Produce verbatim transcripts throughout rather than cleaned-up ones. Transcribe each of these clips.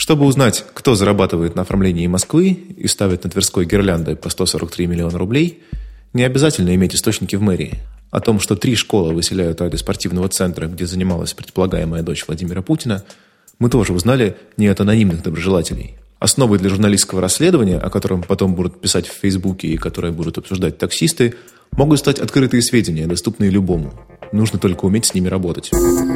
Чтобы узнать, кто зарабатывает на оформлении Москвы и ставит на Тверской гирлянды по сто сорок три миллиона рублей, не обязательно иметь источники в мэрии. О том, что три школы выселяют ради спортивного центра, где занималась предполагаемая дочь Владимира Путина, мы тоже узнали не от анонимных доброжелателей. Основой для журналистского расследования, о котором потом будут писать в Фейсбуке и которые будут обсуждать таксисты, могут стать открытые сведения, доступные любому. Нужно только уметь с ними работать.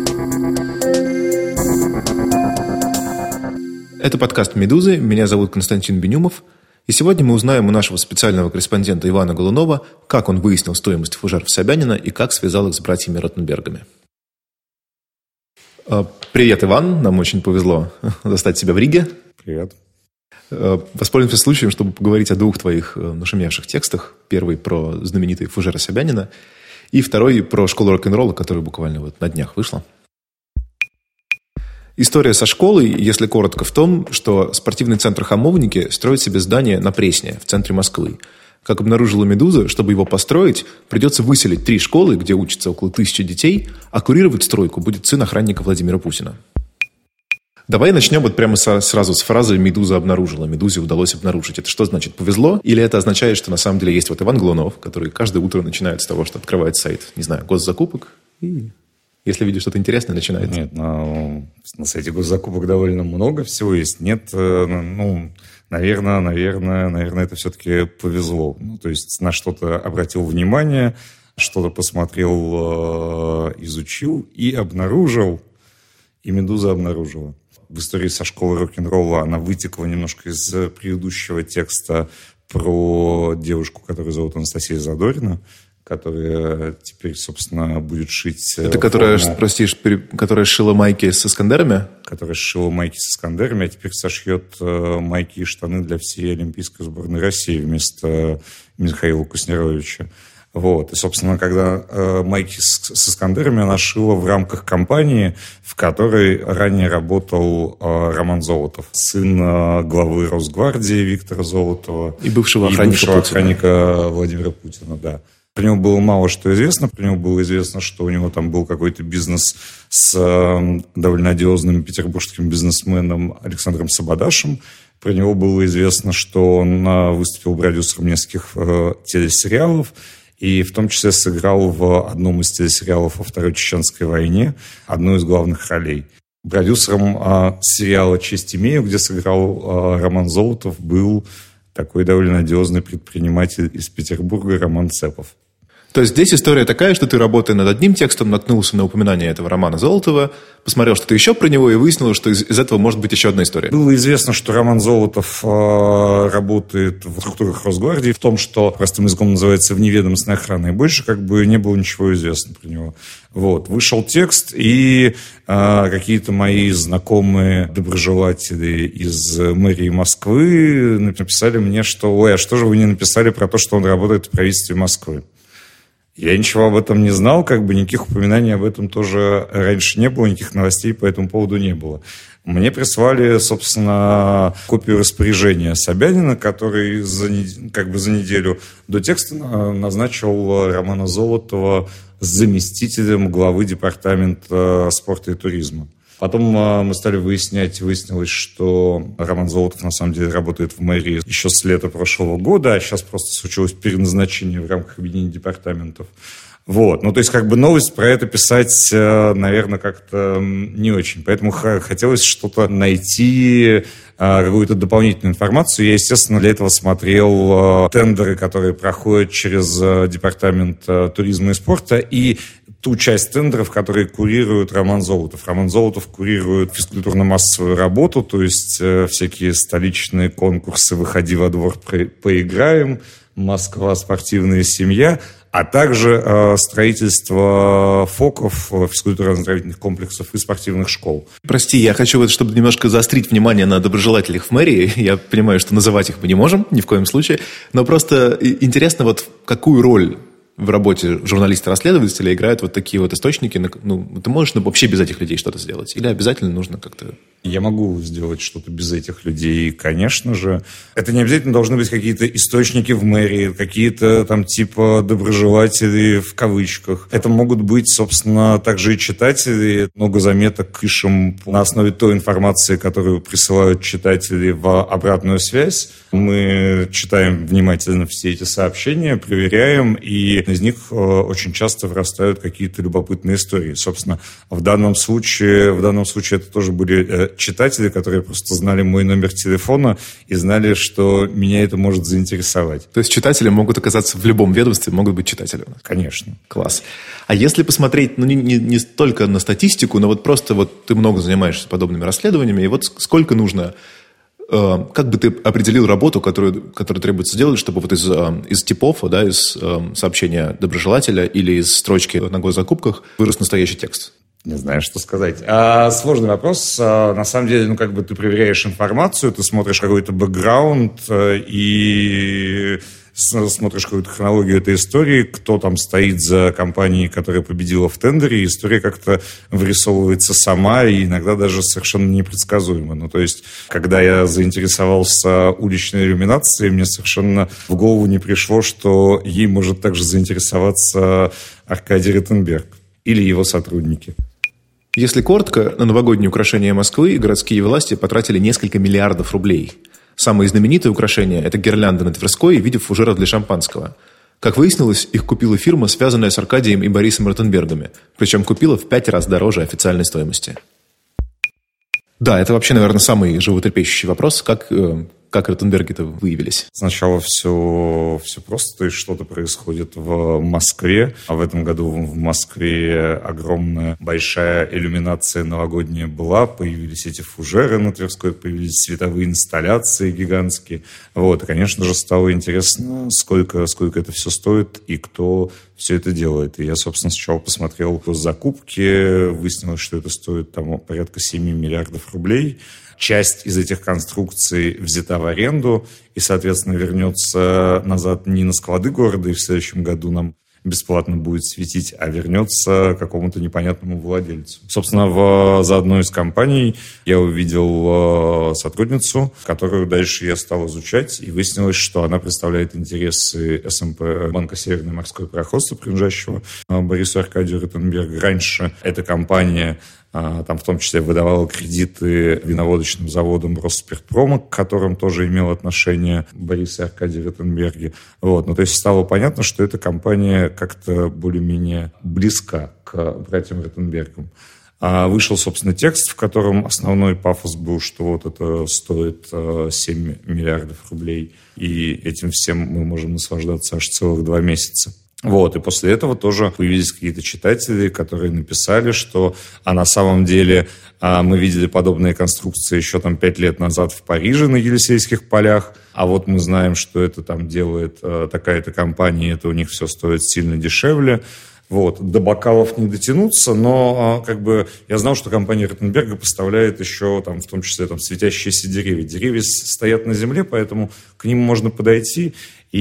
Это подкаст «Медузы». Меня зовут Константин Бенюмов. И сегодня мы узнаем у нашего специального корреспондента Ивана Голунова, как он выяснил стоимость фужеров Собянина и как связал их с братьями Ротенбергами. Привет, Иван. Нам очень повезло застать тебя в Риге. Привет. Воспользуемся случаем, чтобы поговорить о двух твоих нашумевших текстах. Первый про знаменитые фужеры Собянина и второй про школу рок-н-ролла, которая буквально вот на днях вышла. История со школой, если коротко, в том, что спортивный центр «Хамовники» строит себе здание на Пресне, в центре Москвы. Как обнаружила «Медуза», чтобы его построить, придется выселить три школы, где учатся около тысячи детей, а курировать стройку будет сын охранника Владимира Путина. Давай начнем вот прямо со, сразу с фразы «Медуза обнаружила», «Медузе удалось обнаружить». Это что значит, повезло? Или это означает, что на самом деле есть вот Иван Голунов, который каждое утро начинает с того, что открывает сайт, не знаю, госзакупок и... Если видишь что-то интересное, начинает. Нет, на, на сайте госзакупок довольно много всего есть. Нет, ну, наверное, наверное, наверное, это все-таки повезло. Ну, то есть на что-то обратил внимание, что-то посмотрел, изучил и обнаружил, и «Медуза» обнаружила. В истории со школы рок-н-ролла она вытекла немножко из предыдущего текста про девушку, которую зовут Анастасия Задорина, которая теперь, собственно, будет шить... Это которая, форму, простишь, которая шила майки с Искандерами? Которая шила майки с Искандерами, а теперь сошьет майки и штаны для всей Олимпийской сборной России вместо Михаила Куснировича. Вот. И, собственно, когда э, майки с, с Искандерами она шила в рамках компании, в которой ранее работал э, Роман Золотов, сын э, главы Росгвардии Виктора Золотова. И бывшего и охранника, бывшего охранника Владимира Путина, да. Про него было мало что известно. Про него было известно, что у него там был какой-то бизнес с э, довольно одиозным петербургским бизнесменом Александром Сабадашем. Про него было известно, что он э, выступил продюсером нескольких э, телесериалов. И в том числе сыграл в одном из телесериалов во Второй Чеченской войне одну из главных ролей. Продюсером э, сериала «Честь имею», где сыграл э, Роман Золотов, был такой довольно одиозный предприниматель из Петербурга Роман Цепов. То есть здесь история такая, что ты, работая над одним текстом, наткнулся на упоминание этого Романа Золотова, посмотрел что-то еще про него и выяснил, что из, из этого может быть еще одна история. Было известно, что Роман Золотов э, работает в структурах Росгвардии, в том, что простым языком называется вневедомственной охраной. Больше как бы не было ничего известно про него. Вот. Вышел текст, и э, какие-то мои знакомые доброжелатели из мэрии Москвы написали мне, что «Ой, а что же вы не написали про то, что он работает в правительстве Москвы?» Я ничего об этом не знал, как бы никаких упоминаний об этом тоже раньше не было, никаких новостей по этому поводу не было. Мне прислали, собственно, копию распоряжения Собянина, который за, как бы за неделю до текста назначил Романа Золотова заместителем главы департамента спорта и туризма. Потом мы стали выяснять, выяснилось, что Роман Золотов на самом деле работает в мэрии еще с лета прошлого года, а сейчас просто случилось переназначение в рамках объединения департаментов. Вот. Ну, то есть, как бы новость про это писать, наверное, как-то не очень. Поэтому хотелось что-то найти, какую-то дополнительную информацию. Я, естественно, для этого смотрел тендеры, которые проходят через департамент туризма и спорта, и ту часть тендеров, которые курирует Роман Золотов. Роман Золотов курирует физкультурно-массовую работу, то есть э, всякие столичные конкурсы «Выходи во двор, поиграем», «Москва. Спортивная семья», а также э, строительство ФОКов, физкультурно-оздоровительных комплексов и спортивных школ. Прости, я хочу, вот, чтобы немножко заострить внимание на доброжелателях в мэрии. Я понимаю, что называть их мы не можем, ни в коем случае, но просто интересно, вот какую роль в работе журналиста-расследователя играют вот такие вот источники. Ну, ты можешь ну, вообще без этих людей что-то сделать? Или обязательно нужно как-то Я могу сделать что-то без этих людей, конечно же. Это не обязательно должны быть какие-то источники в мэрии, какие-то там типа доброжелатели в кавычках. Это могут быть, собственно, также и читатели. Много заметок пишем на основе той информации, которую присылают читатели в обратную связь. Мы читаем внимательно все эти сообщения, проверяем, и из них очень часто вырастают какие-то любопытные истории. Собственно, в данном случае, в данном случае это тоже были читатели, которые просто знали мой номер телефона и знали, что меня это может заинтересовать. То есть читатели могут оказаться в любом ведомстве, могут быть читатели? Конечно. Класс. А если посмотреть, ну, не, не, не столько на статистику, но вот просто вот ты много занимаешься подобными расследованиями, и вот сколько нужно, э, как бы ты определил работу, которую, которую требуется сделать, чтобы вот из, э, из типов, да, из э, сообщения доброжелателя или из строчки на госзакупках вырос настоящий текст? Не знаю, что сказать. А, сложный вопрос. А, на самом деле, ну, как бы ты проверяешь информацию, ты смотришь какой-то бэкграунд а, и смотришь какую-то хронологию этой истории, кто там стоит за компанией, которая победила в тендере, и история как-то вырисовывается сама, и иногда даже совершенно непредсказуемо. Ну, то есть, когда я заинтересовался уличной иллюминацией, мне совершенно в голову не пришло, что ей может также заинтересоваться Аркадий Ротенберг или его сотрудники. Если коротко, на новогодние украшения Москвы городские власти потратили несколько миллиардов рублей. Самые знаменитые украшения – это гирлянды на Тверской в виде фужеров для шампанского. Как выяснилось, их купила фирма, связанная с Аркадием и Борисом Ротенбергами, причем купила в пять раз дороже официальной стоимости. Да, это вообще, наверное, самый животрепещущий вопрос, как, как Ротенберги-то выявились. Сначала все, все просто, то есть что-то происходит в Москве, а в этом году в Москве огромная большая иллюминация новогодняя была, появились эти фужеры на Тверской, появились световые инсталляции гигантские. Вот, и, конечно же, стало интересно, сколько, сколько это все стоит и кто все это делает. И я, собственно, сначала посмотрел закупки, выяснилось, что это стоит там порядка семь миллиардов рублей. Часть из этих конструкций взята в аренду и, соответственно, вернется назад не на склады города, и в следующем году нам бесплатно будет светить, а вернется какому-то непонятному владельцу. Собственно, в, за одной из компаний я увидел э, сотрудницу, которую дальше я стал изучать, и выяснилось, что она представляет интересы эс эм пэ, Банка Северное морское пароходство, принадлежащего э, Борису Аркадию Ротенбергу. Раньше эта компания там в том числе выдавала кредиты виноводочным заводам Росспиртпрома, к которым тоже имел отношение Борис и Аркадий Ротенберги. Вот. Ну, то есть стало понятно, что эта компания как-то более-менее близка к братьям Ротенбергам. А вышел, собственно, текст, в котором основной пафос был, что вот это стоит семь миллиардов рублей, и этим всем мы можем наслаждаться аж целых два месяца. Вот, и после этого тоже появились какие-то читатели, которые написали, что а на самом деле а, мы видели подобные конструкции еще там пять лет назад в Париже на Елисейских полях, а вот мы знаем, что это там делает а, такая-то компания, это у них все стоит сильно дешевле. Вот. До бокалов не дотянуться, но как бы я знал, что компания Ротенберга поставляет еще, там, в том числе, там, светящиеся деревья. Деревья стоят на земле, поэтому к ним можно подойти.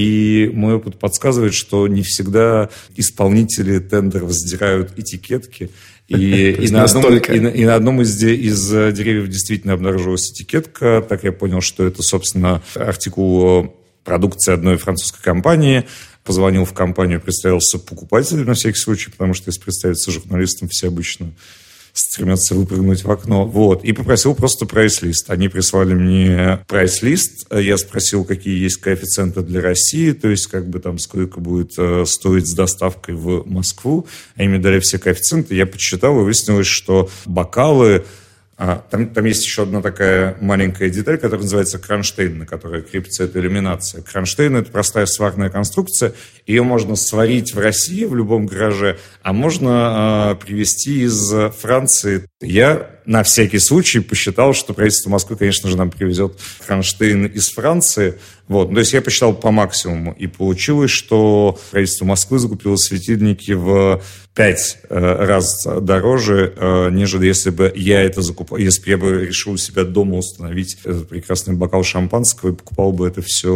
И мой опыт подсказывает, что не всегда исполнители тендеров сдирают этикетки. И, и, на одном, и, на, и на одном из, из деревьев действительно обнаружилась этикетка. Так я понял, что это, собственно, артикул продукции одной французской компании. Позвонил в компанию, представился покупателем на всякий случай, потому что если представиться журналистам, все обычно стремятся выпрыгнуть в окно. Вот. И попросил просто прайс-лист. Они прислали мне прайс-лист. Я спросил, какие есть коэффициенты для России, то есть как бы там сколько будет э, стоить с доставкой в Москву. Они мне дали все коэффициенты. Я подсчитал, и выяснилось, что бокалы... А, там, там есть еще одна такая маленькая деталь, которая называется кронштейн, на которой крепится эта иллюминация. Кронштейн – это простая сварная конструкция. Ее можно сварить в России, в любом гараже, а можно а, привезти из Франции. Я на всякий случай посчитал, что правительство Москвы, конечно же, нам привезет кронштейн из Франции. Вот. То есть я посчитал по максимуму. И получилось, что правительство Москвы закупило светильники в пять раз дороже, нежели если бы я это закупал покупал, если бы я бы решил у себя дома установить этот прекрасный бокал шампанского и покупал бы это все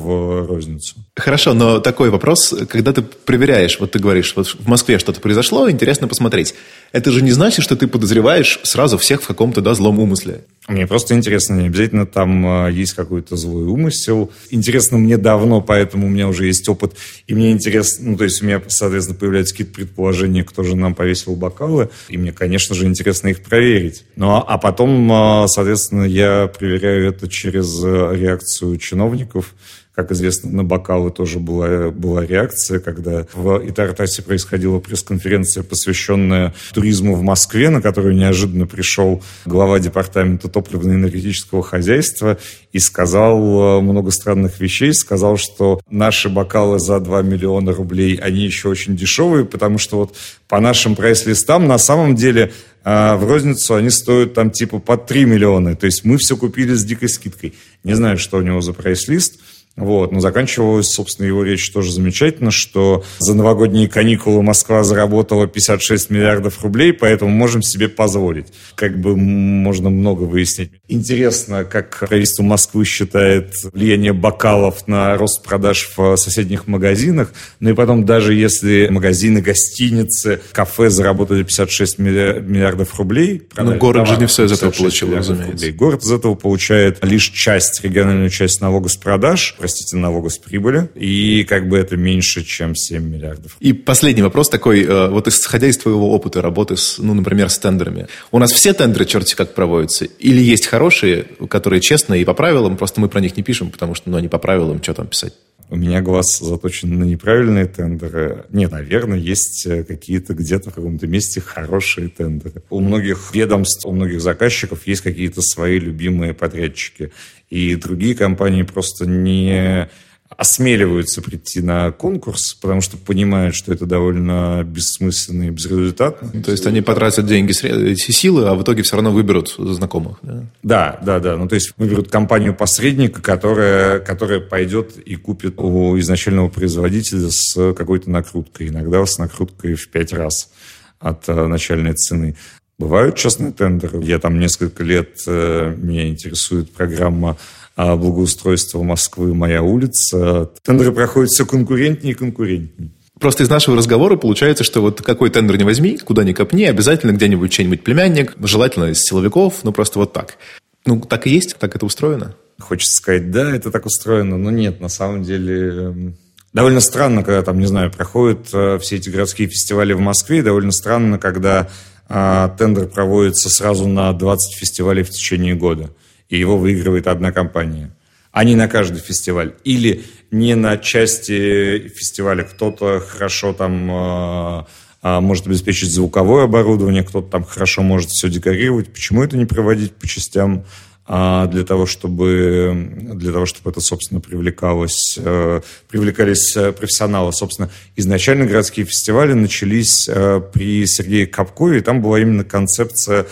в розницу. Хорошо, но такой вопрос, когда ты проверяешь, вот ты говоришь, вот в Москве что-то произошло, интересно посмотреть. Это же не значит, что ты подозреваешь сразу всех в каком-то, да, злом умысле. Мне просто интересно, не обязательно там есть какой-то злой умысел. Интересно мне давно, поэтому у меня уже есть опыт. И мне интересно, ну, то есть у меня, соответственно, появляются какие-то предположения, кто же нам повесил бокалы. И мне, конечно же, интересно их проверить. Ну, а, а потом, соответственно, я проверяю это через реакцию чиновников. Как известно, на бокалы тоже была, была реакция, когда в Итартасе происходила пресс-конференция, посвященная туризму в Москве, на которую неожиданно пришел глава департамента топливно-энергетического хозяйства и сказал много странных вещей. Сказал, что наши бокалы за два миллиона рублей, они еще очень дешевые, потому что вот по нашим прайс-листам на самом деле в розницу они стоят там типа по три миллиона. То есть мы все купили с дикой скидкой. Не знаю, что у него за прайс-лист. Вот, но заканчивалась, собственно, его речь тоже замечательно, что за новогодние каникулы Москва заработала пятьдесят шесть миллиардов рублей, поэтому можем себе позволить. Как бы можно много выяснить. Интересно, как правительство Москвы считает влияние бокалов на рост продаж в соседних магазинах. Ну и потом, даже если магазины, гостиницы, кафе заработали пятьдесят шесть миллиардов рублей... Но город же не все из этого получил, разумеется. Город из этого получает лишь часть, региональную часть налога с продаж, простите, налога с прибыли, и как бы это меньше, чем семь миллиардов. И последний вопрос такой, вот исходя из твоего опыта работы, с, ну, например, с тендерами. У нас все тендеры черти как проводятся? Или есть хорошие, которые честные и по правилам, просто мы про них не пишем, потому что, ну, они по правилам, что там писать? У меня глаз заточен на неправильные тендеры. Нет, наверное, есть какие-то где-то в каком-то месте хорошие тендеры. У многих ведомств, у многих заказчиков есть какие-то свои любимые подрядчики. И другие компании просто не осмеливаются прийти на конкурс, потому что понимают, что это довольно бессмысленно и безрезультатно. То есть они потратят деньги, эти силы, а в итоге все равно выберут знакомых. Да, да, да. да. Ну, то есть выберут компанию-посредника, которая, которая пойдет и купит у изначального производителя с какой-то накруткой. Иногда с накруткой в пять раз от начальной цены. Бывают частные тендеры. Я там несколько лет, меня интересует программа благоустройства Москвы «Моя улица». Тендеры проходят все конкурентнее и конкурентнее. Просто из нашего разговора получается, что вот какой тендер не возьми, куда ни копни, обязательно где-нибудь чей-нибудь племянник, желательно из силовиков, ну просто вот так. Ну, так и есть, так это устроено. Хочется сказать, да, это так устроено, но нет, на самом деле... Довольно странно, когда там, не знаю, проходят все эти городские фестивали в Москве, довольно странно, когда а, тендер проводится сразу на двадцать фестивалей в течение года, и его выигрывает одна компания, а не на каждый фестиваль. Или не на части фестиваля. Кто-то хорошо там а, а, может обеспечить звуковое оборудование, кто-то там хорошо может все декорировать. Почему это не проводить по частям? Для того, чтобы, для того, чтобы это, собственно, привлекалось, привлекались профессионалы. Собственно, изначально городские фестивали начались при Сергее Капкове, и там была именно концепция,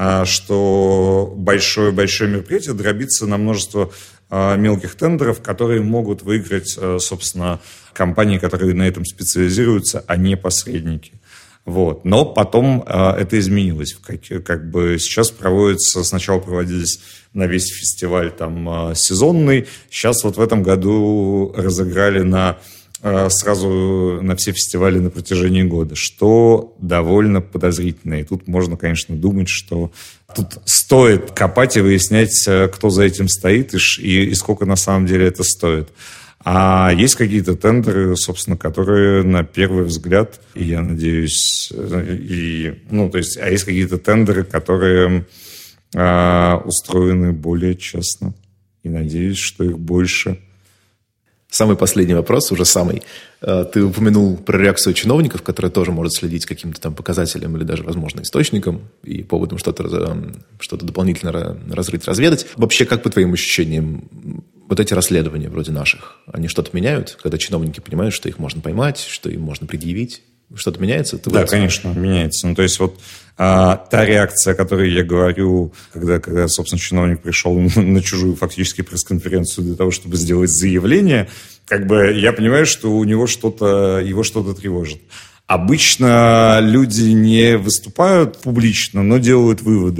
что большое-большое мероприятие дробится на множество мелких тендеров, которые могут выиграть, собственно, компании, которые на этом специализируются, а не посредники. Вот. Но потом э, это изменилось. Как, как бы сейчас проводится, сначала проводились на весь фестиваль там, э, сезонный, сейчас вот в этом году разыграли на, э, сразу на все фестивали на протяжении года, что довольно подозрительно. И тут можно, конечно, думать, что тут стоит копать и выяснять, кто за этим стоит и, и сколько на самом деле это стоит. А есть какие-то тендеры, собственно, которые на первый взгляд, и я надеюсь, и, ну, то есть, а есть какие-то тендеры, которые а, устроены более честно. И надеюсь, что их больше. Самый последний вопрос, уже самый. Ты упомянул про реакцию чиновников, которая тоже может следить каким-то там показателем или даже, возможно, источником и поводом что-то, что-то дополнительно разрыть, разведать. Вообще, как по твоим ощущениям, вот эти расследования вроде наших, они что-то меняют, когда чиновники понимают, что их можно поймать, что им можно предъявить? Что-то меняется? Ты да, вот... конечно, меняется. Ну, то есть вот а, та реакция, о которой я говорю, когда, когда, собственно, чиновник пришел на чужую фактически пресс-конференцию для того, чтобы сделать заявление, как бы я понимаю, что у него что-то, его что-то тревожит. Обычно люди не выступают публично, но делают выводы.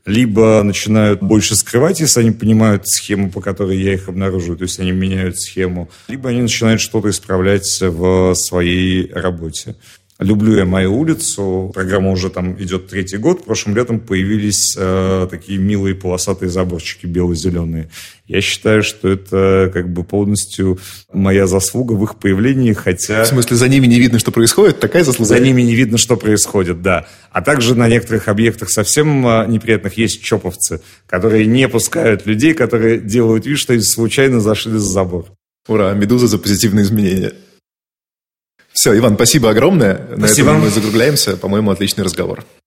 либо начинают больше скрывать, если они понимают схему, по которой я их обнаруживаю, то есть они меняют схему, либо они начинают что-то исправлять в своей работе. Люблю я мою улицу. Программа уже там идет третий год. Прошлым летом появились э, такие милые полосатые заборчики бело-зеленые. Я считаю, что это как бы полностью моя заслуга в их появлении, хотя... В смысле, за ними не видно, что происходит? Такая заслуга? За ними не видно, что происходит, да. А также на некоторых объектах совсем неприятных есть чоповцы, которые не пускают людей, которые делают вид, что они случайно зашли за забор. Ура, «Медуза» за позитивные изменения. Все, Иван, спасибо огромное. Спасибо. На этом мы закругляемся. По-моему, отличный разговор.